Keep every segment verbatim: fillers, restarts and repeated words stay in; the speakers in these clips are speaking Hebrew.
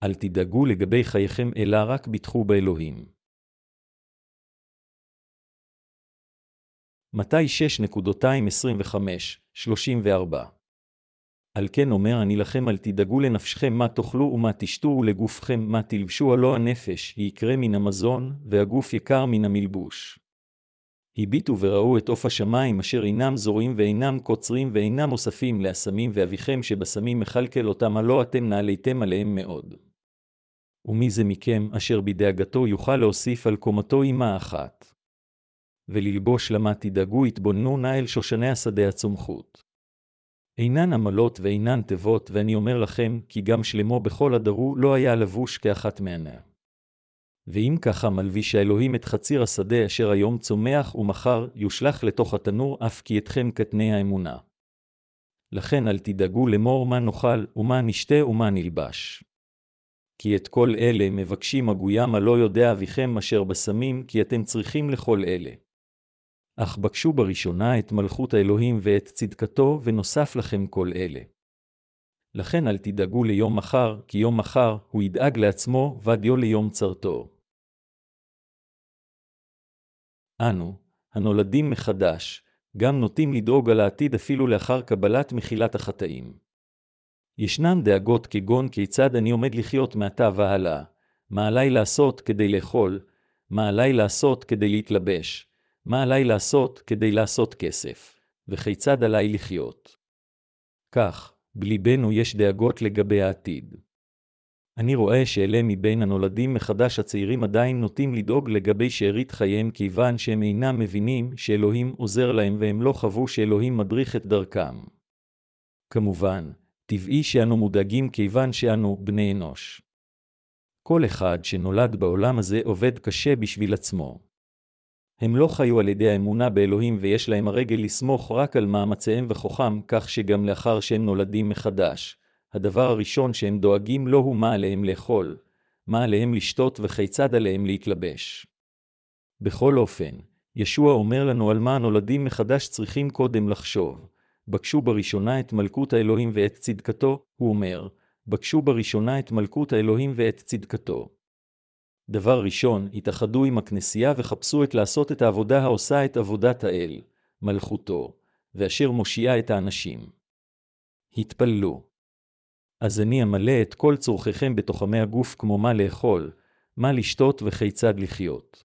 אל תדאגו לגבי חייכם אלא רק בטחו באלוהים. מתי שש עשרים וחמש שלושים וארבע. על כן אומר אני לכם אל תדאגו לנפשכם מה תאכלו ומה תשתו ולגופכם מה תלבשו, הלא הנפש יקרה מן המזון והגוף יקר מן המלבוש. הביטו וראו את עוף השמיים אשר אינם זורעים ואינם קוצרים ואינם אוספים לאסמים, ואביכם שבסמים מכלכל אותם, הלא אתם נעליתם עליהם מאוד. ומי זה מכם אשר בדאגתו יוכל להוסיף על קומתו אימה אחת? וללבוש למה תדאגו, התבוננו נא אל שושני השדה הצומחות. אינן עמלות ואינן תיבות, ואני אומר לכם כי גם שלמה בכל הדרו לא היה לבוש כאחת מענה. ואם ככה מלביש האלוהים את חציר השדה אשר היום צומח ומחר יושלך לתוך התנור, אף כי אתכם קטני האמונה. לכן אל תדאגו לאמור מה נאכל ומה נשתה ומה נלבש. כי את כל אלה מבקשים הגויים, הלא יודע אביכם אשר בסמים כי אתם צריכים לכל אלה. אך בקשו בראשונה את מלכות האלוהים ואת צדקתו, ונוסף לכם כל אלה. לכן אל תדאגו ליום מחר, כי יום מחר הוא ידאג לעצמו ודיו ליום צרתו. אנו, הנולדים מחדש, גם נוטים לדאוג על העתיד אפילו לאחר קבלת מחילת החטאים. ישנן דאגות כגון כיצד אני עומד לחיות מעתה והלאה, מה עליי לעשות כדי לאכול, מה עליי לעשות כדי להתלבש, מה עליי לעשות כדי לעשות כסף, וכיצד עליי לחיות. כך, בליבנו יש דאגות לגבי העתיד. אני רואה שאלה מבין הנולדים מחדש הצעירים עדיין נוטים לדאוג לגבי שארית חייהם, כיוון שהם אינם מבינים שאלוהים עוזר להם והם לא חוו שאלוהים מדריך את דרכם. כמובן, טבעי שאנו מודאגים כיוון שאנו בני אנוש. כל אחד שנולד בעולם הזה עובד קשה בשביל עצמו. הם לא חיו על ידי האמונה באלוהים ויש להם הרגל לסמוך רק על מאמציהם וכוחם, כך שגם לאחר שהם נולדים מחדש, הדבר הראשון שהם דואגים לו הוא מה עליהם לאכול, מה עליהם לשתות וכיצד עליהם להתלבש. בכל אופן, ישוע אומר לנו על מה הנולדים מחדש צריכים קודם לחשוב. בקשו בראשונה את מלכות האלוהים ואת צדקתו, הוא אומר, בקשו בראשונה את מלכות האלוהים ואת צדקתו. דבר ראשון, התאחדו עם הכנסייה וחפשו את לעשות את העבודה העושה את עבודת האל, מלכותו, ואשר מושיעה את האנשים. התפללו. אז אני אמלא את כל צורכיכם בתוכמי הגוף, כמו מה לאכול, מה לשתות וכיצד לחיות.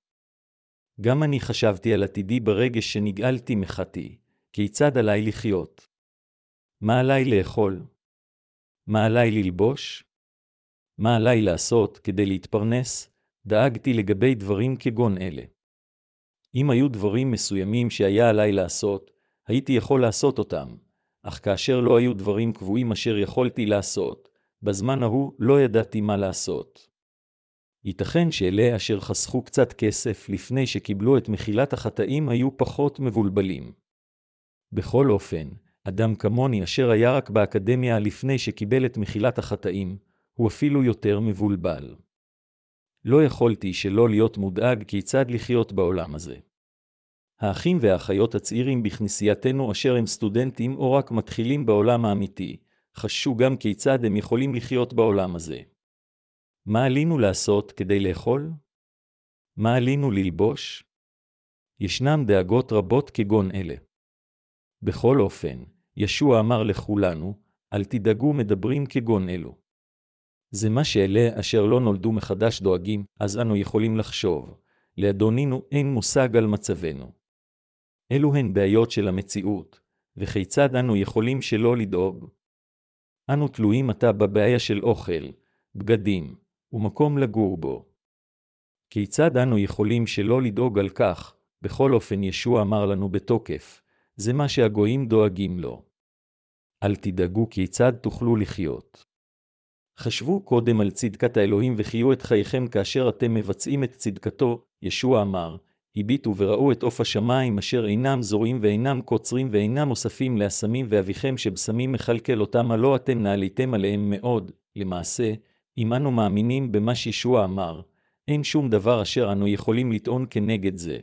גם אני חשבתי על עתידי ברגש שנגאלתי מחטאי, כיצד עליי לחיות. מה עליי לאכול? מה עליי ללבוש? מה עליי לעשות כדי להתפרנס? דאגתי לגבי דברים כגון אלה. אם היו דברים מסוימים שהיה עליי לעשות, הייתי יכול לעשות אותם, אך כאשר לא היו דברים קבועים אשר יכולתי לעשות, בזמן ההוא לא ידעתי מה לעשות. ייתכן שאלה אשר חסכו קצת כסף לפני שקיבלו את מחילת החטאים היו פחות מבולבלים. בכל אופן, אדם כמוני אשר היה רק באקדמיה לפני שקיבל את מחילת החטאים, הוא אפילו יותר מבולבל. לא יכולתי שלא להיות מודאג כיצד לחיות בעולם הזה. האחים והאחיות הצעירים בכנסייתנו אשר הם סטודנטים או רק מתחילים בעולם האמיתי, חששו גם כיצד הם יכולים לחיות בעולם הזה. מה עלינו לעשות כדי לאכול? מה עלינו ללבוש? ישנם דאגות רבות כגון אלה. בכל אופן, ישוע אמר לכולנו, אל תדאגו מדברים כגון אלו. זה מה שאלה אשר לא נולדו מחדש דואגים, אז אנו יכולים לחשוב, לאדונינו אין מושג על מצבנו. אלו הן בעיות של המציאות, וכיצד אנו יכולים שלא לדאוג? אנו תלויים עתה בבעיה של אוכל, בגדים, ומקום לגור בו. כיצד אנו יכולים שלא לדאוג על כך? בכל אופן ישוע אמר לנו בתוקף, זה מה שהגויים דואגים לו. אל תדאגו כיצד תוכלו לחיות. חשבו קודם על צדקת האלוהים וחיו את חייכם כאשר אתם מבצעים את צדקתו, ישוע אמר, הביטו וראו את עוף השמיים אשר אינם זורעים ואינם קוצרים ואינם אוספים לאסמים, ואביכם שבסמים מכלכל אותם, הלא אתם נעליתם עליהם מאוד. למעשה, אם אנו מאמינים במה שישוע אמר, אין שום דבר אשר אנו יכולים לטעון כנגד זה.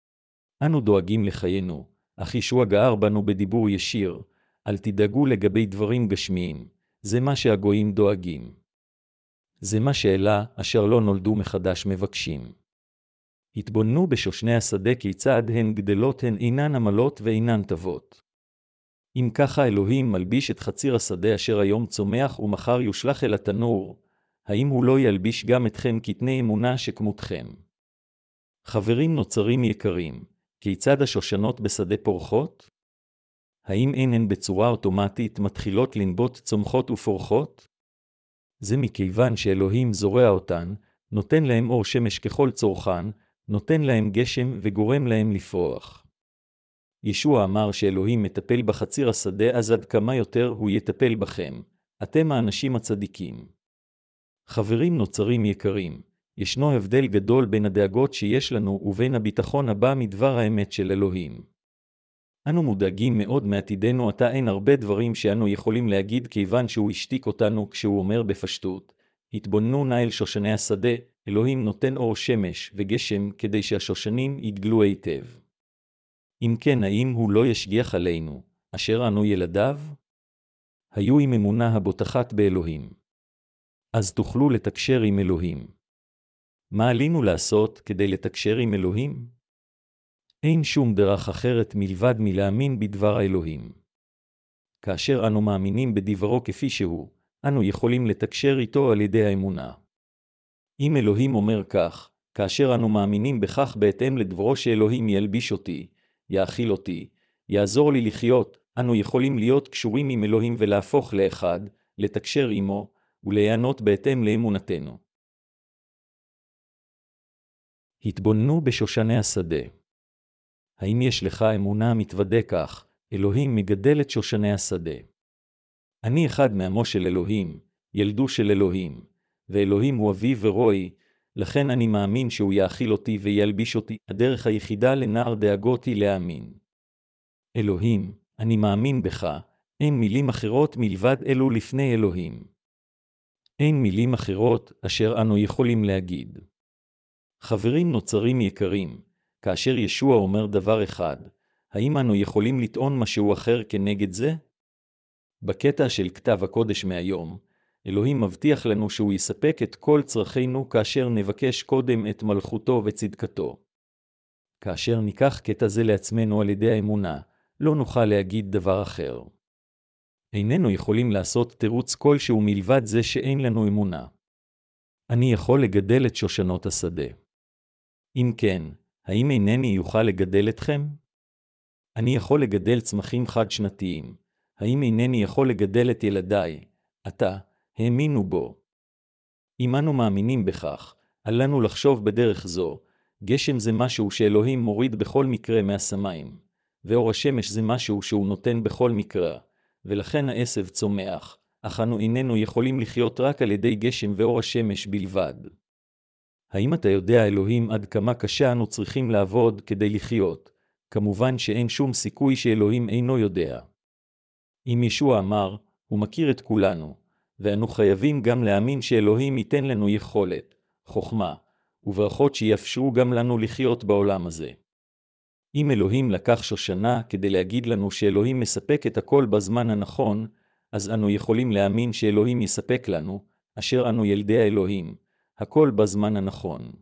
אנו דואגים לחיינו, אך ישוע גער בנו בדיבור ישיר, אל תדאגו לגבי דברים גשמיים, זה מה שהגויים דואגים. זה מה שאלה אשר לא נולדו מחדש מבקשים. התבוננו בשושני השדה כיצד הן גדלות, הן אינן עמלות ואינן טובות. אם ככה אלוהים מלביש את חציר השדה אשר היום צומח ומחר יושלח אל התנור, האם הוא לא ילביש גם אתכם קטני אמונה שכמותכם? חברים נוצרים יקרים, כיצד השושנות בשדה פורחות? האם אין הן בצורה אוטומטית מתחילות לנבוט צומחות ופורחות? זה מכיוון שאלוהים זורע אותן, נותן להם אור שמש ככל צורכן, נותן להם גשם וגורם להם לפרוח. ישוע אמר שאלוהים מטפל בחציר השדה, אז עד כמה יותר הוא יטפל בכם, אתם האנשים הצדיקים. חברים נוצרים יקרים, ישנו הבדל גדול בין הדאגות שיש לנו ובין הביטחון הבא מדבר האמת של אלוהים. אנו מודאגים מאוד מעתידנו, עתה אין הרבה דברים שאנו יכולים להגיד כיוון שהוא השתיק אותנו כשהוא אומר בפשטות, התבוננו נא אל שושני השדה, אלוהים נותן אור שמש וגשם כדי שהשושנים יגדלו היטב. אם כן, האם הוא לא ישגיח עלינו, אשר אנו ילדיו? היו עם אמונה הבוטחת באלוהים. אז תוכלו לתקשר עם אלוהים. מה עלינו לעשות כדי לתקשר עם אלוהים? אין שום דרך אחרת מלבד מלהאמין בדבר האלוהים. כאשר אנו מאמינים בדברו כפי שהוא, אנו יכולים לתקשר איתו על ידי האמונה. אם אלוהים אומר כך, כאשר אנו מאמינים בכך בהתאם לדברו שאלוהים ילביש אותי, יאכיל אותי, יעזור לי לחיות, אנו יכולים להיות קשורים עם אלוהים ולהפוך לאחד, לתקשר עמו, וליהנות בהתאם לאמונתנו. התבוננו בשושני השדה. האם יש לך אמונה המתוודה כך, אלוהים מגדל את שושני השדה? אני אחד מעמו של אלוהים, ילדו של אלוהים, ואלוהים הוא אבי ורועי, לכן אני מאמין שהוא יאכיל אותי וילביש אותי. הדרך היחידה לנער דאגות היא להאמין. אלוהים, אני מאמין בך, אין מילים אחרות מלבד אלו לפני אלוהים. אין מילים אחרות אשר אנו יכולים להגיד. חברים נוצרים יקרים, כאשר ישוע אומר דבר אחד, האם אנו יכולים לטעון משהו אחר כנגד זה? בקטע של כתב הקודש מהיום, אלוהים מבטיח לנו שהוא יספק את כל צרכינו כאשר נבקש קודם את מלכותו וצדקתו. כאשר ניקח קטע זה לעצמנו על ידי האמונה, לא נוכל להגיד דבר אחר. איננו יכולים לעשות תירוץ כלשהו מלבד זה שאין לנו אמונה. אני יכול לגדל את שושנות השדה. אם כן, האם אינני יוכל לגדל אתכם? אני יכול לגדל צמחים חד-שנתיים. האם אינני יכול לגדל את ילדיי? אתה, האמינו בו. אם אנו מאמינים בכך, עלינו לחשוב בדרך זו, גשם זה משהו שאלוהים מוריד בכל מקרה מהשמיים, ואור השמש זה משהו שהוא נותן בכל מקרה, ולכן העשב צומח, אך אנו איננו יכולים לחיות רק על ידי גשם ואור השמש בלבד. האם אתה יודע, אלוהים, עד כמה קשה אנו צריכים לעבוד כדי לחיות? כמובן שאין שום סיכוי שאלוהים אינו יודע. אם ישוע אמר, הוא מכיר את כולנו, ואנו חייבים גם להאמין שאלוהים ייתן לנו יכולת, חוכמה, וברכות שיאפשרו גם לנו לחיות בעולם הזה. אם אלוהים לקח שושנה כדי להגיד לנו שאלוהים מספק את הכל בזמן הנכון, אז אנו יכולים להאמין שאלוהים יספק לנו, אשר אנו ילדי האלוהים, הכל בזמן הנכון.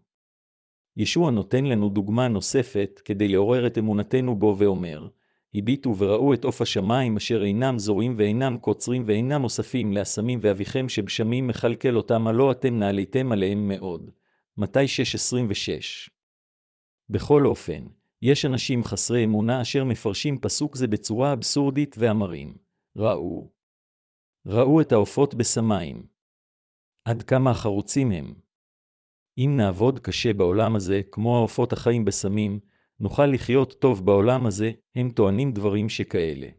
ישוע נותן לנו דוגמה נוספת כדי לעורר את אמונתנו בו ואומר, הביטו וראו את עוף השמיים אשר אינם זורעים ואינם קוצרים ואינם אוספים לאסמים, ואביכם שבשמים מכלכל אותם, הלא אתם נעליתם עליהם מאוד. מתי שש עשרים ושש. בכל אופן, יש אנשים חסרי אמונה אשר מפרשים פסוק זה בצורה אבסורדית ואמרים, ראו. ראו את העופות בשמיים. עד כמה חרוצים הם. אם נעבוד קשה בעולם הזה, כמו העופות החיים בסמים, נוכל לחיות טוב בעולם הזה, הם טוענים דברים שכאלה.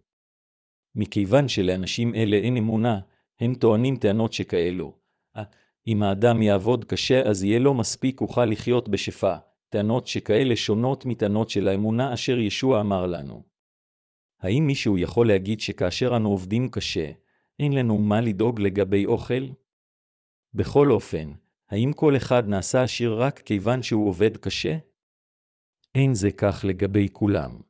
מכיוון שלאנשים אלה אין אמונה, הם טוענים טענות שכאלו. אם האדם יעבוד קשה אז יהיה לו מספיק אוכל לחיות בשפע, טענות שכאלה שונות מטענות של האמונה אשר ישוע אמר לנו. האם מישהו יכול להגיד שכאשר אנו עובדים קשה, אין לנו מה לדאוג לגבי אוכל? בכל אופן, האם כל אחד נעשה עשיר רק כיוון שהוא עובד קשה? אין זה כך לגבי כולם.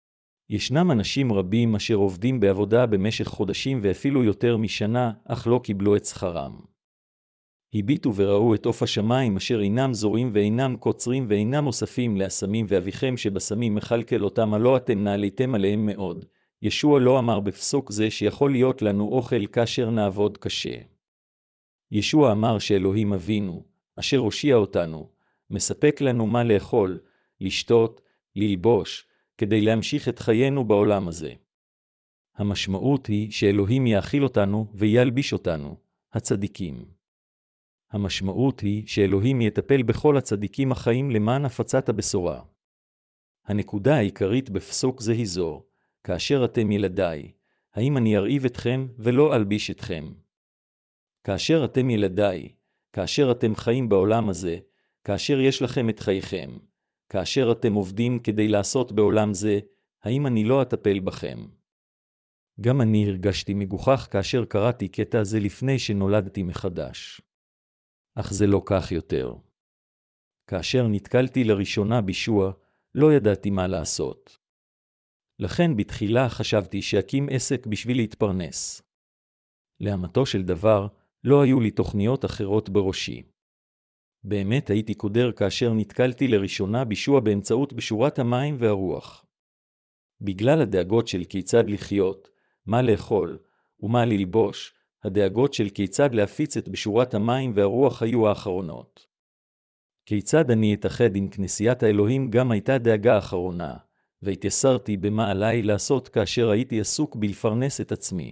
ישנם אנשים רבים אשר עובדים בעבודה במשך חודשים ואפילו יותר משנה, אך לא קיבלו את שכרם. הביטו וראו את עוף השמיים אשר אינם זורים ואינם קוצרים ואינם אוספים לאסמים, ואביכם שבסמים מכלכל אותם, הלא אתם נעליתם עליהם מאוד. ישוע לא אמר בפסוק זה שיכול להיות לנו אוכל כאשר נעבוד קשה. ישוע אמר שאלוהים אבינו, אשר הושיע אותנו, מספק לנו מה לאכול, לשתות, ללבוש, כדי להמשיך את חיינו בעולם הזה. המשמעות היא שאלוהים יאכיל אותנו וילביש אותנו, הצדיקים. המשמעות היא שאלוהים יטפל בכל הצדיקים החיים למען הפצת הבשורה. הנקודה העיקרית בפסוק זה היא זו, כאשר אתם ילדיי, האם אני ארעיב אתכם ולא אלביש אתכם? כאשר אתם ילדיי, כאשר אתם חיים בעולם הזה, כאשר יש לכם את חייכם, כאשר אתם עובדים כדי לעשות בעולם זה, האם אני לא אטפל בכם? גם אני הרגשתי מגוחך כאשר קראתי קטע זה לפני שנולדתי מחדש. אך זה לא כך יותר. כאשר נתקלתי לראשונה בישוע, לא ידעתי מה לעשות. לכן בתחילה חשבתי שאקים עסק בשביל להתפרנס. לאמתו של דבר, לא היו לי תוכניות אחרות בראשי. באמת הייתי קודר כאשר נתקלתי לראשונה בישוע באמצעות בשורת המים והרוח. בגלל הדאגות של כיצד לחיות, מה לאכול ומה ללבוש, הדאגות של כיצד להפיץ את בשורת המים והרוח היו האחרונות. כיצד אני אתאחד עם כנסיית האלוהים גם הייתה דאגה האחרונה, והתייסרתי במה עליי לעשות כאשר הייתי עסוק בלפרנס את עצמי.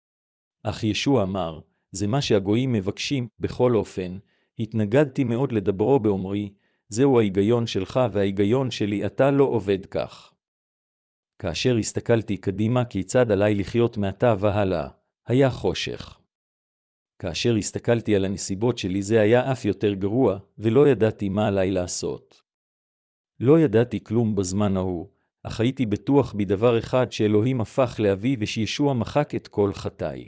אך ישוע אמר, זה מה שהגויים מבקשים, בכל אופן, התנגדתי מאוד לדברו באומרי, זהו ההיגיון שלך וההיגיון שלי, אתה לא עובד כך. כאשר הסתכלתי קדימה כיצד עליי לחיות מעתה והלאה, היה חושך. כאשר הסתכלתי על הנסיבות שלי זה היה אף יותר גרוע, ולא ידעתי מה עליי לעשות. לא ידעתי כלום בזמן ההוא, אך הייתי בטוח בדבר אחד שאלוהים הפך לאבי ושישוע מחק את כל חטאי.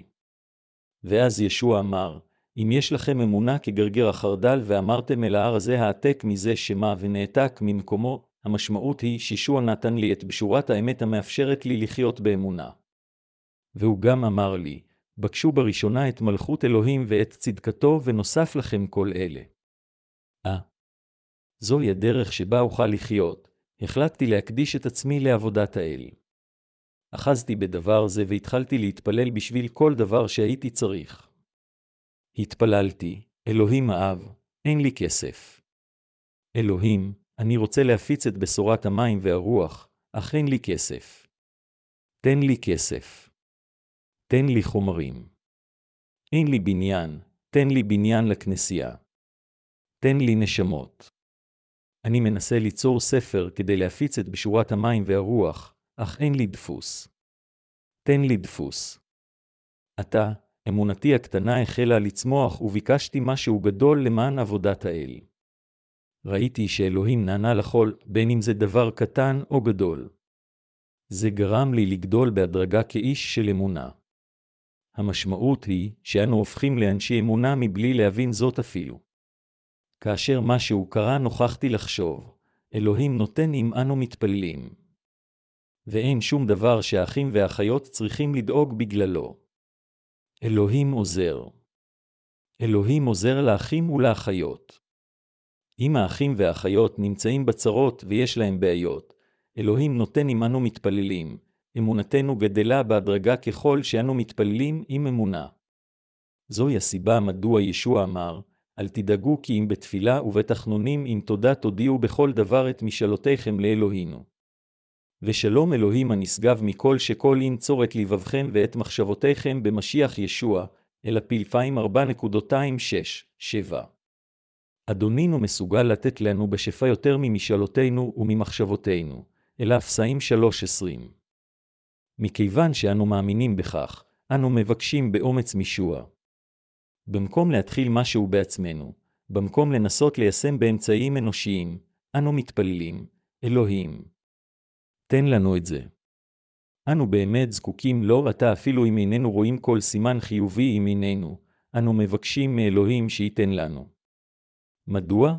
ואז ישוע אמר, אם יש לכם אמונה כגרגר החרדל ואמרתם אל ההר הזה העתק מזה שמה ונעתק ממקומו, המשמעות היא שישוע נתן לי את בשורת האמת המאפשרת לי לחיות באמונה. והוא גם אמר לי, בקשו בראשונה את מלכות אלוהים ואת צדקתו ונוסף לכם כל אלה. אה, זוהי הדרך שבה אוכל לחיות, החלטתי להקדיש את עצמי לעבודת האל. אחזתי בדבר זה והתחלתי להתפלל בשביל כל דבר שהייתי צריך. התפללתי, אלוהים האב, אין לי כסף. אלוהים, אני רוצה להפיץ את בשורת המים והרוח, אך אין לי כסף. תן לי כסף. תן לי חומרים. אין לי בניין, תן לי בניין לכנסייה. תן לי נשמות. אני מנסה ליצור ספר כדי להפיץ את בשורת המים והרוח, אך אין לי דפוס. תן לי דפוס. עתה, אמונתי הקטנה החלה לצמוח וביקשתי משהו גדול למען עבודת האל. ראיתי שאלוהים נענה לכל, בין אם זה דבר קטן או גדול. זה גרם לי לגדול בהדרגה כאיש של אמונה. המשמעות היא שאנו הופכים לאנשי אמונה מבלי להבין זאת אפילו. כאשר משהו קרה נוכחתי לחשוב, אלוהים נותן אם אנו מתפללים. ואין שום דבר שהאחים והאחיות צריכים לדאוג בגללו. אלוהים עוזר. אלוהים עוזר לאחים ולאחיות. אם האחים והאחיות נמצאים בצרות ויש להם בעיות, אלוהים נותן אם אנו מתפללים. אמונתנו גדלה בהדרגה ככל שאנו מתפללים עם אמונה. זוהי הסיבה מדוע ישוע אמר, אל תדאגו כי אם בתפילה ובתחנונים עם תודה תודיעו בכל דבר את משאלותיכם לאלוהינו. ושלום אלוהים הנשגב מכל שכל ינצור את לבבכם ואת מחשבותיכם במשיח ישוע, אל הפילפיים ארבע שש שבע. אדונינו מסוגל לתת לנו בשפע יותר ממשאלותינו וממחשבותינו, אל אפסאים שלוש עשרים. מכיוון שאנו מאמינים בכך, אנו מבקשים באומץ מישוע. במקום להתחיל משהו בעצמנו, במקום לנסות ליישם באמצעים אנושיים, אנו מתפללים, אלוהים. תן לנו את זה. אנו באמת זקוקים לו עתה אפילו אם איננו רואים כל סימן חיובי עם עינינו, אנו מבקשים מאלוהים שייתן לנו. מדוע?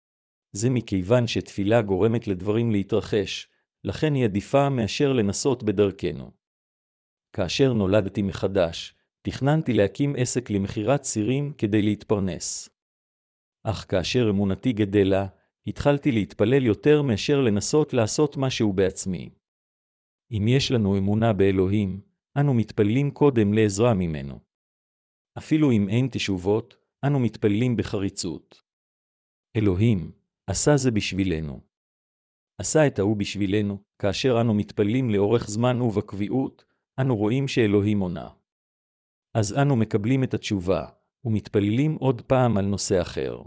זה מכיוון שתפילה גורמת לדברים להתרחש, לכן היא עדיפה מאשר לנסות בדרכנו. כאשר נולדתי מחדש, תכננתי להקים עסק למכירת סירים כדי להתפרנס. אך כאשר אמונתי גדלה, התחלתי להתפלל יותר מאשר לנסות לעשות משהו בעצמי. אם יש לנו אמונה באלוהים, אנו מתפללים קודם לעזרה ממנו. אפילו אם אין תשובות, אנו מתפללים בחריצות. אלוהים, עשה זה בשבילנו. עשה את ההוא בשבילנו, כאשר אנו מתפללים לאורך זמן ובקביעות, אנו רואים שאלוהים עונה. אז אנו מקבלים את התשובה, ומתפללים עוד פעם על נושא אחר.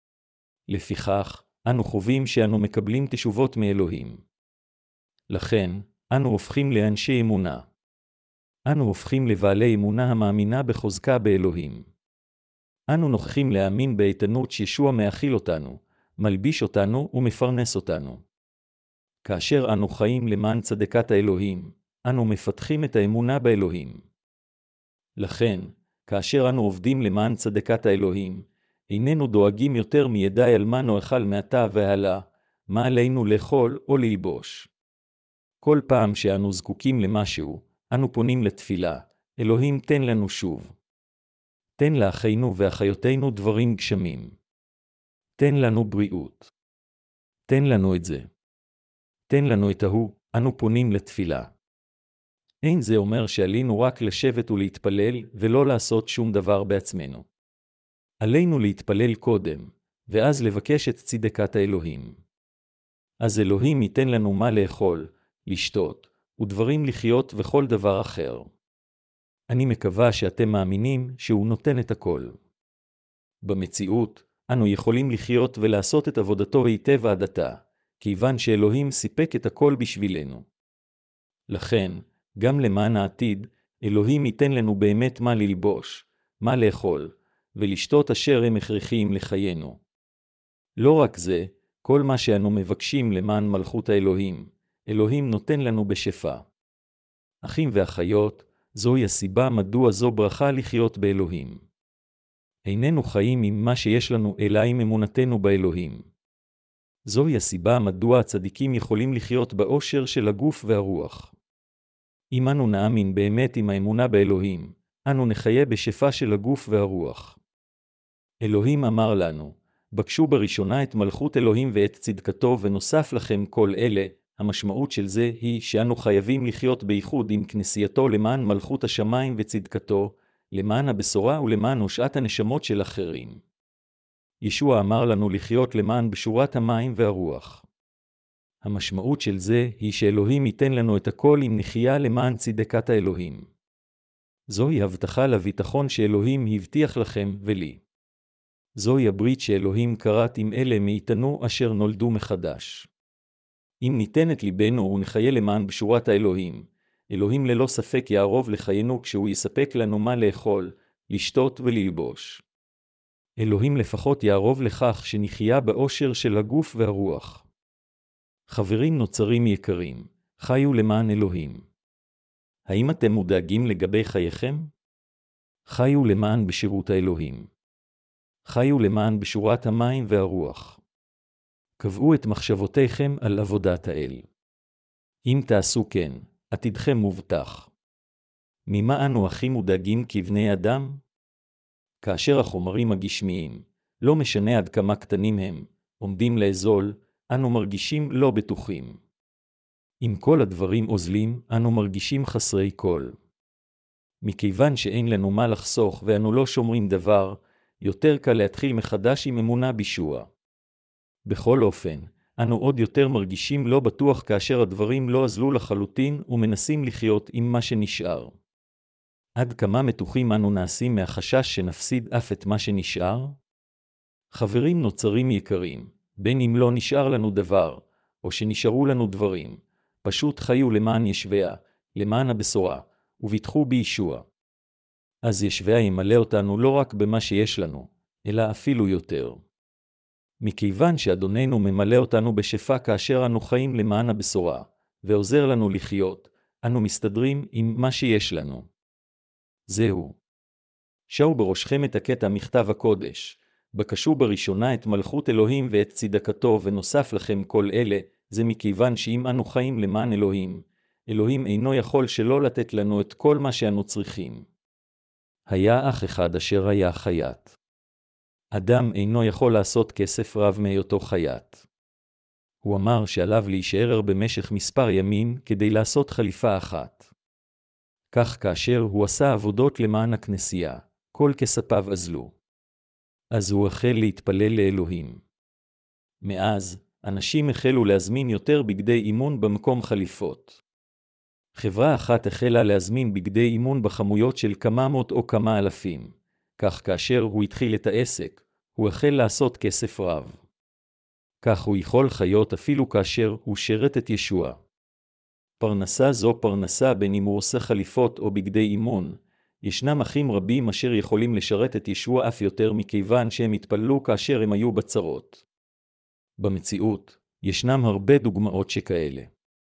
לפיכך, אנו חווים שאנו מקבלים תשובות מאלוהים. לכן, אנו הופכים לאנשי אמונה. אנו הופכים לבעלי אמונה המאמינה בחוזקה באלוהים. אנו נוכחים להאמין באיתנות שישוע מאכיל אותנו, מלביש אותנו ומפרנס אותנו. כאשר אנו חיים למען צדקת האלוהים, אנו מפתחים את האמונה באלוהים. לכן, כאשר אנו עובדים למען צדקת האלוהים, איננו דואגים יותר מידי על מה נאכל מעתה והלאה, מה עלינו לאכול או ללבוש. כל פעם שאנו זקוקים למשהו, אנו פונים לתפילה, אלוהים תן לנו שוב. תן לאחינו ואחיותינו דברים גשמים. תן לנו בריאות. תן לנו את זה. תן לנו את ההוא, אנו פונים לתפילה. אין זה אומר שעלינו רק לשבת ולהתפלל ולא לעשות שום דבר בעצמנו. עלינו להתפלל קודם, ואז לבקש את צדקת האלוהים. אז אלוהים ייתן לנו מה לאכול, לשתות, ודברים לחיות וכל דבר אחר. אני מקווה שאתם מאמינים שהוא נותן את הכל. במציאות, אנו יכולים לחיות ולעשות את עבודתו היטב עד עתה, כיוון שאלוהים סיפק את הכל בשבילנו. לכן, גם למען העתיד, אלוהים ייתן לנו באמת מה ללבוש, מה לאכול, ולשתות אשר הם הכרחיים לחיינו. לא רק זה, כל מה שאנו מבקשים למען מלכות האלוהים, אלוהים נותן לנו בשפע. אחים ואחיות, זוהי הסיבה מדוע זו ברכה לחיות באלוהים. איננו חיים עם מה שיש לנו אלא עם אמונתנו באלוהים. זוהי הסיבה מדוע הצדיקים יכולים לחיות באושר של הגוף והרוח. אם אנו נאמין באמת עם האמונה באלוהים, אנו נחיה בשפע של הגוף והרוח. אלוהים אמר לנו, בקשו בראשונה את מלכות אלוהים ואת צדקתו ונוסף לכם כל אלה. המשמעות של זה היא שאנו חייבים לחיות בייחוד עם כנסייתו למען מלכות השמיים וצדקתו, למען הבשורה ולמען הושעת הנשמות של אחרים. ישוע אמר לנו לחיות למען בשורת המים והרוח. המשמעות של זה היא שאלוהים ייתן לנו את הכל אם נחיה למען צדקת האלוהים. זוהי הבטחה לביטחון שאלוהים הבטיח לכם ולי. זוהי הברית שאלוהים כרת עם אלה מאיתנו אשר נולדו מחדש. אם ניתן את ליבנו ונחיה למען בשורת האלוהים, אלוהים ללא ספק יערוב לחיינו כשהוא יספק לנו מה לאכול, לשתות וללבוש. אלוהים לפחות יערוב לכך שנחיה באושר של הגוף והרוח. חברים נוצרים יקרים, חיו למען אלוהים. האם אתם מודאגים לגבי חייכם? חיו למען בשירות האלוהים. חיו למען בשורת המים והרוח. קבעו את מחשבותיכם על עבודת האל. אם תעשו כן, עתידכם מובטח. ממה אנו הכי מודאגים כבני אדם? כאשר החומרים הגשמיים, לא משנה עד כמה קטנים הם, עומדים לאזול, אנו מרגישים לא בטוחים. אם כל הדברים אוזלים, אנו מרגישים חסרי כל. מכיוון שאין לנו מה לחסוך ואנו לא שומרים דבר, יותר קל להתחיל מחדש עם אמונה בישוע. בכל אופן, אנו עוד יותר מרגישים לא בטוח כאשר הדברים לא אזלו לחלוטין ומנסים לחיות עם מה שנשאר. עד כמה מתוחים אנו נעשים מהחשש שנפסיד אף את מה שנשאר? חברים נוצרים יקרים, בין אם לא נשאר לנו דבר, או שנשארו לנו דברים, פשוט חיו למען ישביה, למען הבשורה, וביטחו בישוע. אז ישביה ימלא אותנו לא רק במה שיש לנו, אלא אפילו יותר. מכיוון שאדוננו ממלא אותנו בשפע כאשר אנו חיים למען הבשורה, ועוזר לנו לחיות, אנו מסתדרים עם מה שיש לנו. זהו. שעו בראשכם את הקטע מכתב הקודש, בקשו בראשונה את מלכות אלוהים ואת צדקתו ונוסף לכם כל אלה, זה מכיוון שאם אנו חיים למען אלוהים, אלוהים אינו יכול שלא לתת לנו את כל מה שאנו צריכים. היה אח אחד אשר היה חייט. אדם אינו יכול לעשות כסף רב מהיותו חייט. הוא אמר שעליו להישאר במשך מספר ימים כדי לעשות חליפה אחת. כך כאשר הוא עשה עבודות למען הכנסייה, כל כספיו אזלו. אז הוא החל להתפלל לאלוהים. מאז, אנשים החלו להזמין יותר בגדי אימון במקום חליפות. חברה אחת החלה להזמין בגדי אימון בכמויות של כמה מאות או כמה אלפים. כך כאשר הוא התחיל את העסק, הוא החל לעשות כסף רב. כך הוא יכול חיות אפילו כאשר הוא שרת את ישוע. פרנסה זו פרנסה בין אם הוא עושה חליפות או בגדי אימון. ישנם אחים רבים אשר יכולים לשרת את ישוע אף יותר מכיוון שהם התפללו כאשר הם היו בצרות. במציאות, ישנם הרבה דוגמאות שכאלה.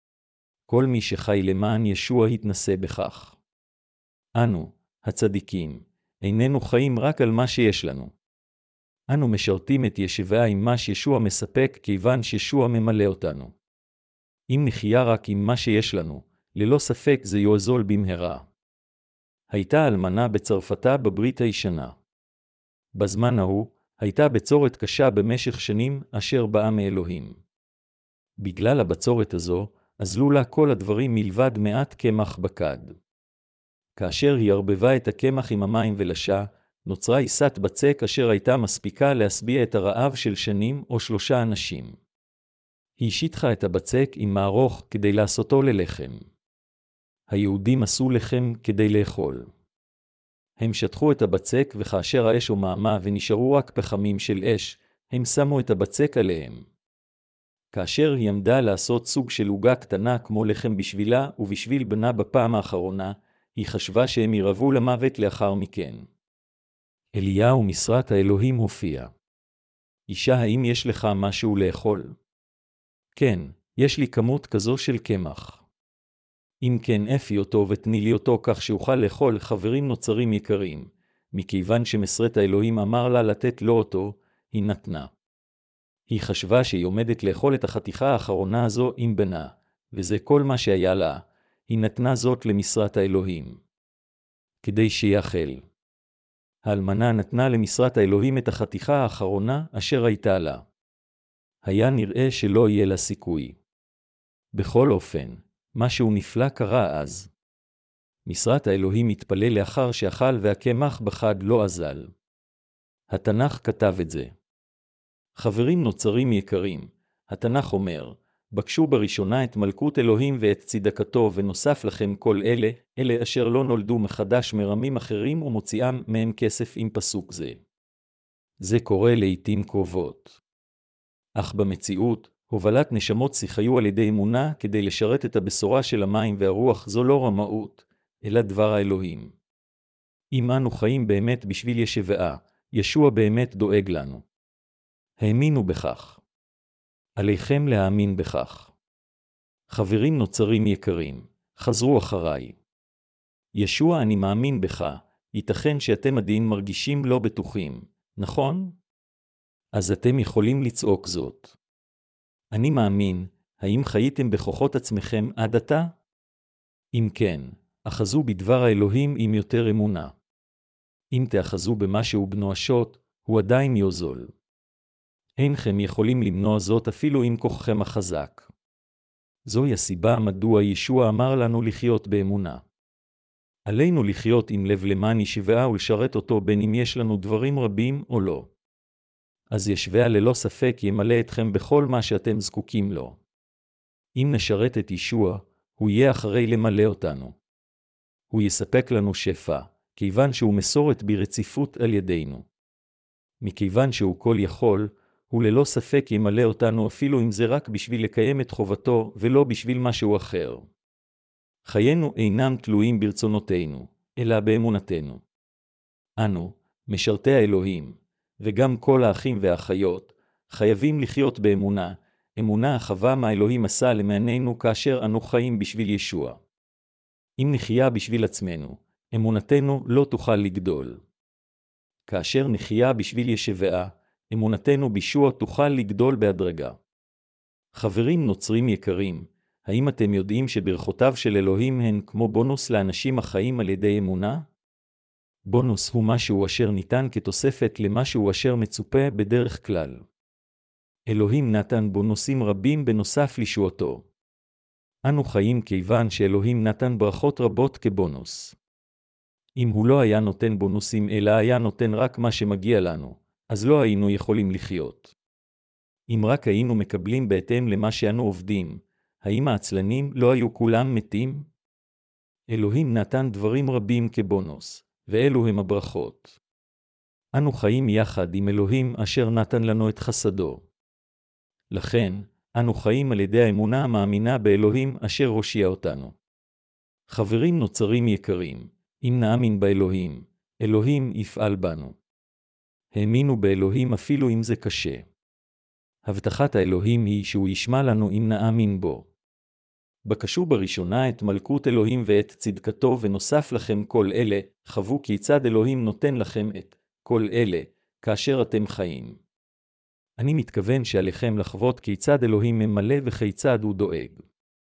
כל מי שחי למען ישוע התנסה בכך. אנו, הצדיקים, איננו חיים רק על מה שיש לנו. אנו משרתים את ישוע עם מה שישוע מספק כיוון שישוע ממלא אותנו. אם נחיה רק עם מה שיש לנו, ללא ספק זה יוזול במהרה. הייתה אלמנה בצרפתה בברית הישנה. בזמן ההוא, הייתה בצורת קשה במשך שנים אשר באה מאלוהים. בגלל הבצורת הזו, אזלו לה כל הדברים מלבד מעט קמח בקד. כאשר היא ערבבה את הקמח עם המים ולשה, נוצרה עיסת בצק אשר הייתה מספיקה להשביע את הרעב של שנים או שלושה אנשים. היא שיטחה את הבצק עם מערוך כדי לעשותו ללחם. היהודים עשו לחם כדי לאכול. הם שטחו את הבצק וכאשר האש הוממה ונשארו רק פחמים של אש, הם שמו את הבצק עליהם. כאשר היא עמדה לעשות סוג של עוגה קטנה כמו לחם בשבילה ובשביל בנה בפעם האחרונה, היא חשבה שהם ירעבו למוות לאחר מכן. אליהו משרת האלוהים הופיע. אישה, האם יש לך משהו לאכול? כן, יש לי כמות כזו של קמח. אם כן, אפי אותו ותני לי אותו כך שאוכל לאכול. חברים נוצרים יקרים, מכיוון שמשרת האלוהים אמר לה לתת לו אותו, היא נתנה. היא חשבה שהיא עומדת לאכול את החתיכה האחרונה הזו עם בנה, וזה כל מה שהיה לה. היא נתנה זאת למשרת האלוהים. כדי שיאכל. האלמנה נתנה למשרת האלוהים את החתיכה האחרונה אשר הייתה לה. היה נראה שלא יהיה לה סיכוי. בכל אופן, משהו נפלא קרה אז. משרת האלוהים התפלל לאחר שאכל והקמח בחד לא אזל. התנ"ך כתב את זה. חברים נוצרים יקרים, התנ"ך אומר, בקשו בראשונה את מלכות אלוהים ואת צדקתו ונוסף לכם כל אלה, אלה אשר לא נולדו מחדש מרמים אחרים ומוציאם מהם כסף עם פסוק זה. זה קורה לעתים קרובות. אך במציאות, הובלת נשמות שיחיו על ידי אמונה כדי לשרת את הבשורה של המים והרוח זו לא רמאות, אלא דבר האלוהים. אם אנו חיים באמת בשביל ישוע, ישוע באמת דואג לנו. האמינו בכך. עליכם להאמין בכך. חברים נוצרים יקרים, חזרו אחריי. ישוע, אני מאמין בך, ייתכן שאתם עדיין מרגישים לא בטוחים, נכון? אז אתם יכולים לצעוק זאת. אני מאמין, האם חייתם בכוחות עצמכם עד עתה? אם כן, אחזו בדבר האלוהים עם יותר אמונה. אם תאחזו במשהו בנואשות, הוא עדיין יוזול. אינכם יכולים למנוע זאת אפילו עם כוחכם החזק. זוהי הסיבה מדוע ישוע אמר לנו לחיות באמונה. עלינו לחיות עם לב למען ישוע ולשרת אותו בין אם יש לנו דברים רבים או לא. אז ישוע ללא ספק ימלא אתכם בכל מה שאתם זקוקים לו. אם נשרת את ישוע, הוא יהיה אחרי למלא אותנו. הוא יספק לנו שפע, כיוון שהוא מסורת ברציפות על ידינו. מכיוון שהוא כל יכול, הוא ללא ספק ימלא אותנו אפילו אם זה רק בשביל לקיים את חובתו ולא בשביל משהו אחר. חיינו אינם תלויים ברצונותינו, אלא באמונתנו. אנו, משרתי האלוהים, וגם כל האחים והאחיות, חייבים לחיות באמונה, אמונה החווה מה אלוהים עשה למעננו כאשר אנו חיים בשביל ישוע. אם נחיה בשביל עצמנו, אמונתנו לא תוכל לגדול. כאשר נחיה בשביל ישוע, אמונתנו בישוע תוכל לגדול בהדרגה. חברים נוצרים יקרים, האם אתם יודעים שברכותיו של אלוהים הן כמו בונוס לאנשים החיים על ידי אמונה? בונוס הוא משהו אשר ניתן כתוספת למשהו אשר מצופה בדרך כלל. אלוהים נתן בונוסים רבים בנוסף לישועתו. אנו חיים כיוון שאלוהים נתן ברכות רבות כבונוס. אם הוא לא היה נותן בונוסים אלא היה נותן רק מה שמגיע לנו, אז לא היינו יכולים לחיות. אם רק היינו מקבלים בהתאם למה שאנו עובדים, האם העצלנים לא היו כולם מתים? אלוהים נתן דברים רבים כבונוס, ואלו הם הברכות. אנו חיים יחד עם אלוהים אשר נתן לנו את חסדו. לכן, אנו חיים על ידי האמונה המאמינה באלוהים אשר הושיע אותנו. חברים נוצרים יקרים, אם נאמין באלוהים, אלוהים יפעל בנו. האמינו באלוהים אפילו אם זה קשה. הבטחת האלוהים היא שהוא ישמע לנו אם נאמין בו. בקשו בראשונה את מלכות אלוהים ואת צדקתו ונוסף לכם כל אלה, חוו כיצד אלוהים נותן לכם את כל אלה, כאשר אתם חיים. אני מתכוון שעליכם לחוות כיצד אלוהים ממלא וכיצד הוא דואג.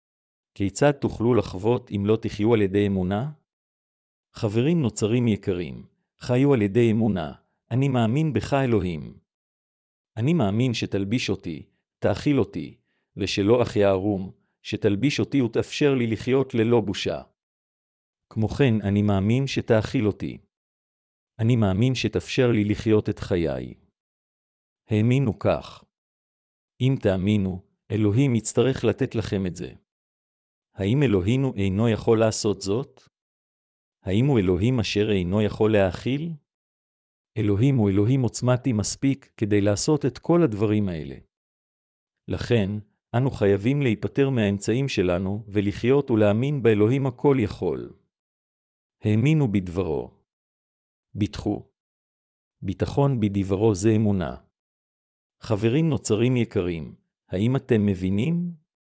כיצד תוכלו לחוות אם לא תחיו על ידי אמונה? חברים נוצרים יקרים, חיו על ידי אמונה, אני מאמין בך אלוהים. אני מאמין שתלביש אותי, תאכיל אותי, ושלא אחיה ערום, שתלביש אותי ותאפשר לי לחיות ללא בושה. כמו כן, אני מאמין שתאכיל אותי. אני מאמין שתאפשר לי לחיות את חיי. האמינו כך. אם תאמינו, אלוהים יצטרך לתת לכם את זה. האם אלוהינו אינו יכול לעשות זאת? האם הוא אלוהים אשר אינו יכול להאכיל? אלוהים הוא אלוהים עוצמתי מספיק כדי לעשות את כל הדברים האלה. לכן, אנו חייבים להיפטר מהאמצעים שלנו ולחיות ולהאמין באלוהים הכל יכול. האמינו בדברו. ביטחו. ביטחון בדברו זה אמונה. חברים נוצרים יקרים, האם אתם מבינים?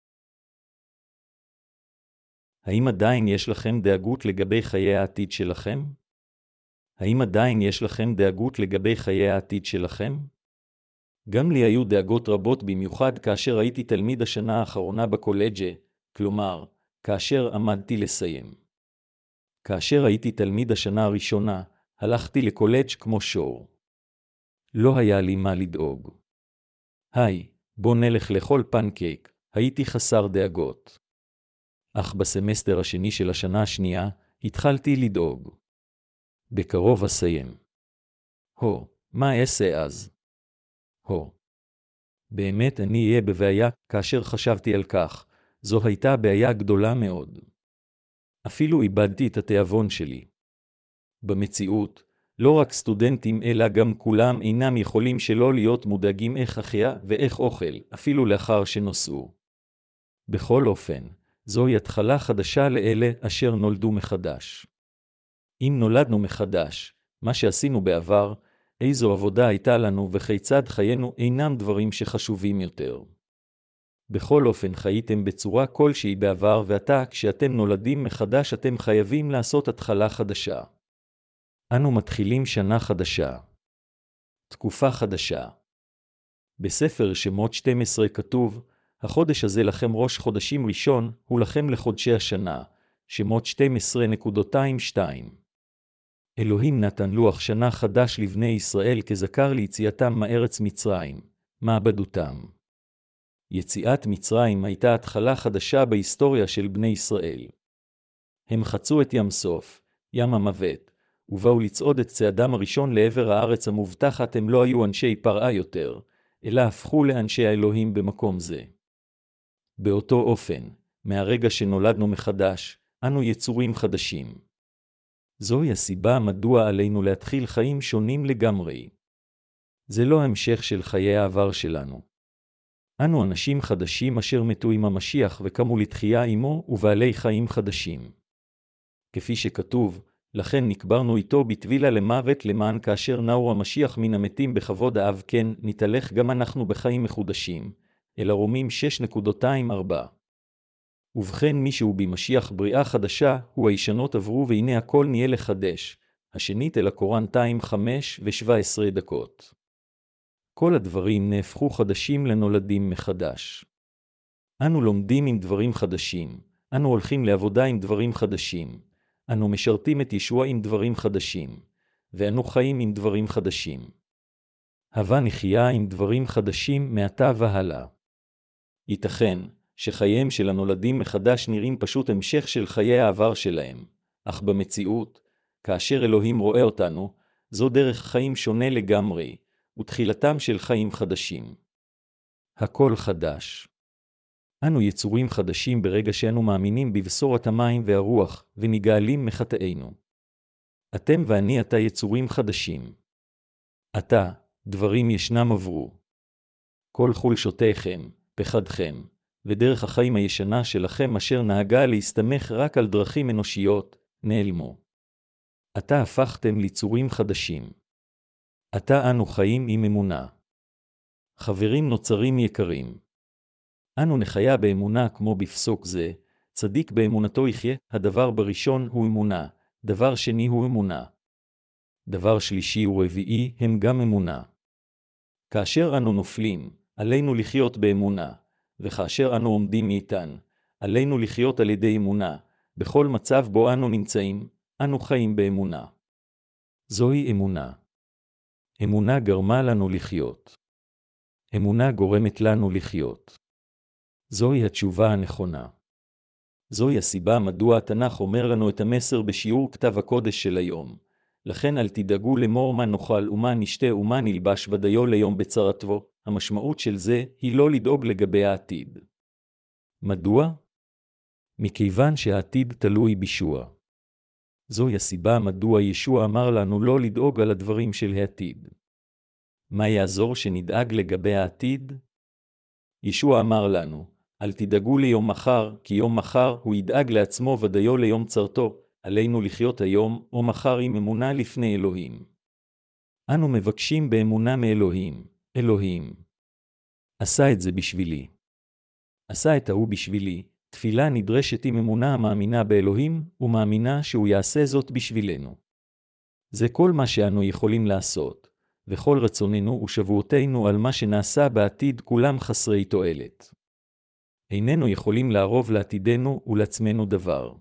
האם עדיין יש לכם דאגות לגבי חיי העתיד שלכם? האם עדיין יש לכם דאגות לגבי חיי העתיד שלכם? גם לי היו דאגות רבות במיוחד כאשר הייתי תלמיד השנה האחרונה בקולג'ה, כלומר, כאשר עמדתי לסיים. כאשר הייתי תלמיד השנה הראשונה, הלכתי לקולג' כמו שור. לא היה לי מה לדאוג. היי, בוא נלך לאכול פנקייק, הייתי חסר דאגות. אך בסמסטר השני של השנה השנייה, התחלתי לדאוג. בקרוב אסיים. הו, מה אעשה אז? הו. באמת אני אהיה בבעיה, כאשר חשבתי על כך, זו הייתה בעיה גדולה מאוד. אפילו איבדתי את התיאבון שלי. במציאות, לא רק סטודנטים אלא גם כולם אינם יכולים שלא להיות מודאגים איך אחיה ואיך אוכל, אפילו לאחר שנוסעו. בכל אופן, זוהי התחלה חדשה לאלה אשר נולדו מחדש. אם נולדנו מחדש, מה שעשינו בעבר, איזו עבודה הייתה לנו וכיצד חיינו אינם דברים שחשובים יותר. בכל אופן חייתם בצורה כלשהי בעבר ועתה כשאתם נולדים מחדש אתם חייבים לעשות התחלה חדשה. אנו מתחילים שנה חדשה. תקופה חדשה. בספר שמות שתים עשרה כתוב, החודש הזה לכם ראש חודשים ראשון, הוא לכם לחודשי השנה, שמות שתים עשרה שתיים. אלוהים נתן לוח שנה חדש לבני ישראל כזכר ליציאתם מארץ מצרים, מעבדותם. יציאת מצרים הייתה התחלה חדשה בהיסטוריה של בני ישראל. הם חצו את ים סוף, ים המוות, ובאו לצעוד את צעדם הראשון לעבר הארץ המובטחת. הם לא היו אנשי פרעה יותר, אלא הפכו לאנשי האלוהים במקום זה. באותו אופן, מהרגע שנולדנו מחדש, אנו יצורים חדשים. זוהי הסיבה מדוע עלינו להתחיל חיים שונים לגמרי. זה לא המשך של חיי העבר שלנו. אנו אנשים חדשים אשר מתו עם המשיח וקמו לתחייה עמו ובעלי חיים חדשים. כפי שכתוב, לכן נקברנו איתו בטבילה למוות למען כאשר נאור המשיח מן המתים בכבוד האב כן נתהלך גם אנחנו בחיים מחודשים, אל הרומים שש ארבע. ובכן מי שהוא במשיח בריאה חדשה, הוא הישנות עברו והנה הכל נהיה לחדש, השנית אל הקורנטיים חמש ושבע עשרה דקות. כל הדברים נהפכו חדשים לנולדים מחדש. אנו לומדים עם דברים חדשים, אנו הולכים לעבודה עם דברים חדשים, אנו משרתים את ישוע עם דברים חדשים, ואנו חיים עם דברים חדשים. הווה נחיה עם דברים חדשים מעתה והלאה. ייתכן שחייהם של הנולדים מחדש נראים פשוט המשך של חיי העבר שלהם, אך במציאות, כאשר אלוהים רואה אותנו, זו דרך חיים שונה לגמרי, ותחילתם של חיים חדשים. הכל חדש. אנו יצורים חדשים ברגע שאנו מאמינים בבשורת המים והרוח, ונגאלים מחטאינו. אתם ואני עתה יצורים חדשים. עתה, דברים ישנם עברו. כל חולשותיכם, פחדכם, ודרך החיים הישנה שלכם אשר נהגה להסתמך רק על דרכים אנושיות, נעלמו. עתה הפכתם ליצורים חדשים. עתה אנו חיים עם אמונה. חברים נוצרים יקרים. אנו נחיה באמונה כמו בפסוק זה, צדיק באמונתו יחיה, הדבר בראשון הוא אמונה, דבר שני הוא אמונה. דבר שלישי ורביעי הם גם אמונה. כאשר אנו נופלים, עלינו לחיות באמונה, וכאשר אנו עומדים איתן, עלינו לחיות על ידי אמונה, בכל מצב בו אנו נמצאים, אנו חיים באמונה. זוהי אמונה. אמונה גרמה לנו לחיות. אמונה גורמת לנו לחיות. זוהי התשובה הנכונה. זוהי הסיבה מדוע התנ"ך אומר לנו את המסר בשיעור כתב הקודש של היום. לכן אל תדאגו לאמור מה נאכל ומה נשתה ומה נלבש ודיו ליום בצרתו. המשמעות של זה היא לא לדאוג לגבי העתיד. מדוע? מכיוון שהעתיד תלוי בישוע. זוהי הסיבה מדוע ישוע אמר לנו לא לדאוג על הדברים של העתיד. מה יעזור שנדאג לגבי העתיד? ישוע אמר לנו, אל תדאגו ליום מחר, כי יום מחר הוא ידאג לעצמו ודיו ליום צרתו. עלינו לחיות היום או מחר עם אמונה לפני אלוהים. אנו מבקשים באמונה מאלוהים, אלוהים. עשה את זה בשבילי. עשה את ההוא בשבילי. תפילה נדרשת עם אמונה המאמינה באלוהים, ומאמינה שהוא יעשה זאת בשבילנו. זה כל מה שאנו יכולים לעשות, וכל רצוננו ושבועותינו על מה שנעשה בעתיד כולם חסרי תועלת. איננו יכולים לערוב לעתידנו ולעצמנו דבר.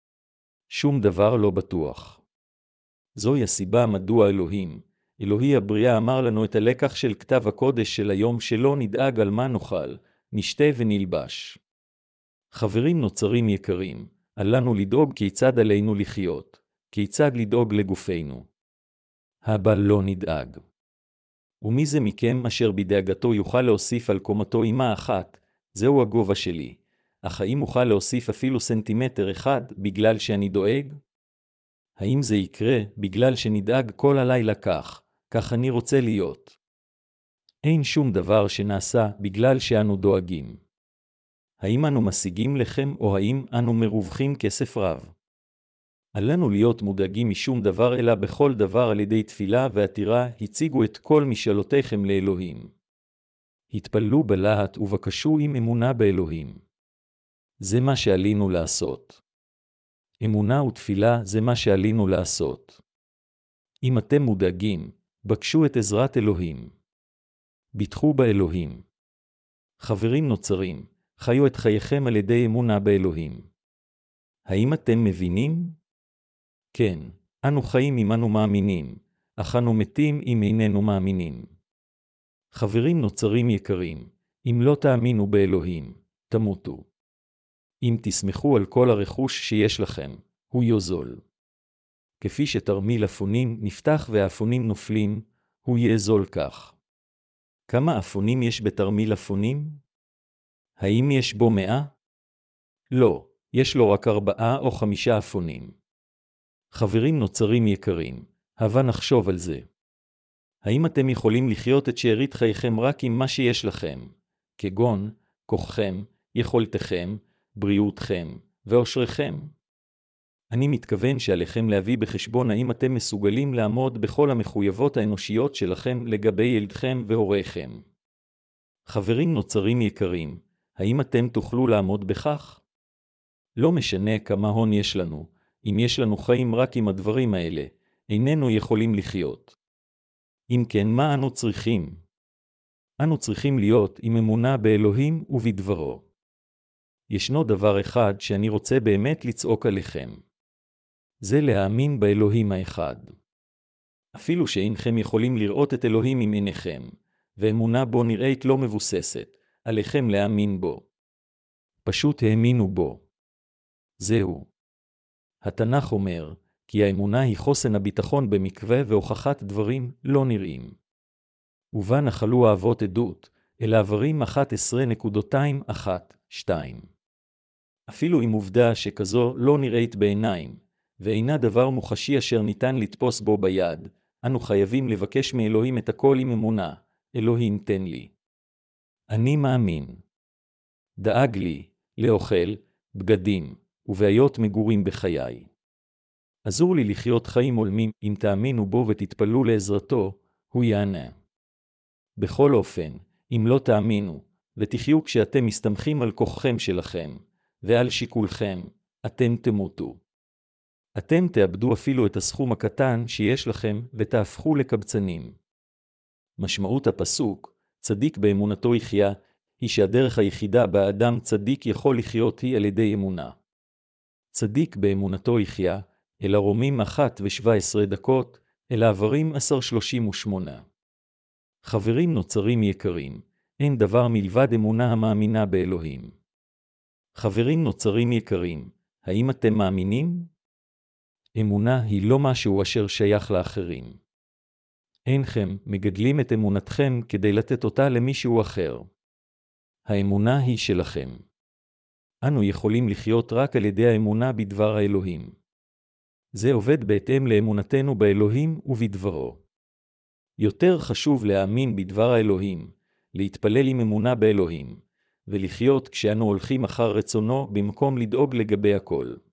שום דבר לא בטוח. זוהי הסיבה מדוע אלוהים, אלוהי הבריאה אמר לנו את הלקח של כתב הקודש של היום שלא נדאג על מה נאכל, נשתה ונלבש. חברים נוצרים יקרים, אל לנו לדאוג כיצד עלינו לחיות, כיצד לדאוג לגופנו. הבא לא נדאג. ומי זה מכם אשר בדאגתו יוכל להוסיף על קומתו אימה אחת, זהו הגובה שלי. אך האם אוכל להוסיף אפילו סנטימטר אחד בגלל שאני דואג? האם זה יקרה בגלל שנדאג כל הלילה כך, כך אני רוצה להיות? אין שום דבר שנעשה בגלל שאנו דואגים. האם אנו משיגים לחם או האם אנו מרוווחים כסף רב? עלינו להיות מודאגים משום דבר אלא בכל דבר על ידי תפילה ועתירה הציגו את כל משאלותיכם לאלוהים. התפללו בלהט ובקשו עם אמונה באלוהים. זה מה שעלינו לעשות. אמונה ותפילה זה מה שעלינו לעשות. אם אתם מודאגים, בקשו את עזרת אלוהים. ביטחו באלוהים. חברים נוצרים, חיו את חייכם על ידי אמונה באלוהים. האם אתם מבינים? כן, אנו חיים אם אנו מאמינים, אך אנו מתים אם איננו מאמינים. חברים נוצרים יקרים, אם לא תאמינו באלוהים, תמותו. אם תסמכו על כל הרכוש שיש לכם, הוא יוזול. כפי שתרמיל אפונים נפתח והאפונים נופלים, הוא יאזול כך. כמה אפונים יש בתרמיל אפונים? האם יש בו מאה? לא, יש לו רק ארבעה או חמישה אפונים. חברים נוצרים יקרים, הבה נחשוב על זה. האם אתם יכולים לחיות את שארית חייכם רק עם מה שיש לכם, כגון, כוחכם, יכולתכם, בריאותכם ואושרכם? אני מתכוון שעליכם להביא בחשבון האם אתם מסוגלים לעמוד בכל המחויבות האנושיות שלכם לגבי ילדכם והוריכם. חברים נוצרים יקרים, האם אתם תוכלו לעמוד בכך? לא משנה כמה הון יש לנו, אם יש לנו חיים רק עם הדברים האלה, איננו יכולים לחיות. אם כן, מה אנו צריכים? אנו צריכים להיות עם אמונה באלוהים ובדברו. ישנו דבר אחד שאני רוצה באמת לצעוק עליכם. זה להאמין באלוהים האחד. אפילו שאינכם יכולים לראות את אלוהים עם עיניכם, ואמונה בו נראית לא מבוססת, עליכם להאמין בו. פשוט האמינו בו. זהו. התנ"ך אומר, כי האמונה היא חוסן הביטחון במקווה והוכחת דברים לא נראים. ובה נחלו האבות עדות, אל העברים אחת עשרה אחת שתיים. אפילו אם עובדה שכזו לא נראית בעיניים, ואינה דבר מוחשי אשר ניתן לתפוס בו ביד, אנו חייבים לבקש מאלוהים את הכל עם אמונה. אלוהים תן לי. אני מאמין. דאג לי, לאוכל, בגדים, ובעיות מגורים בחיי. עזור לי לחיות חיים עולמים, אם תאמינו בו ותתפלו לעזרתו, הוא יענה. בכל אופן, אם לא תאמינו, ותחיו כשאתם מסתמכים על כוחכם שלכם, ועל שיקולכם, אתם תמותו. אתם תאבדו אפילו את הסכום הקטן שיש לכם, ותהפכו לקבצנים. משמעות הפסוק, צדיק באמונתו יחיה, היא שהדרך היחידה בה אדם צדיק יכול לחיות היא על ידי אמונה. צדיק באמונתו יחיה, אל הרומים אחת ושבע עשרה דקות, אל העברים עשר שלושים ושמונה. חברים נוצרים יקרים, אין דבר מלבד אמונה המאמינה באלוהים. חברים נוצרים יקרים, האם אתם מאמינים? אמונה היא לא משהו אשר שייך לאחרים. אינכם מגדלים את אמונתכם כדי לתת אותה למישהו אחר. האמונה היא שלכם. אנו יכולים לחיות רק על ידי האמונה בדבר האלוהים. זה עובד בהתאם לאמונתנו באלוהים ובדברו. יותר חשוב להאמין בדבר האלוהים, להתפלל עם אמונה באלוהים, ולחיות כשאנו הולכים אחר רצונו במקום לדאוג לגבי הכל.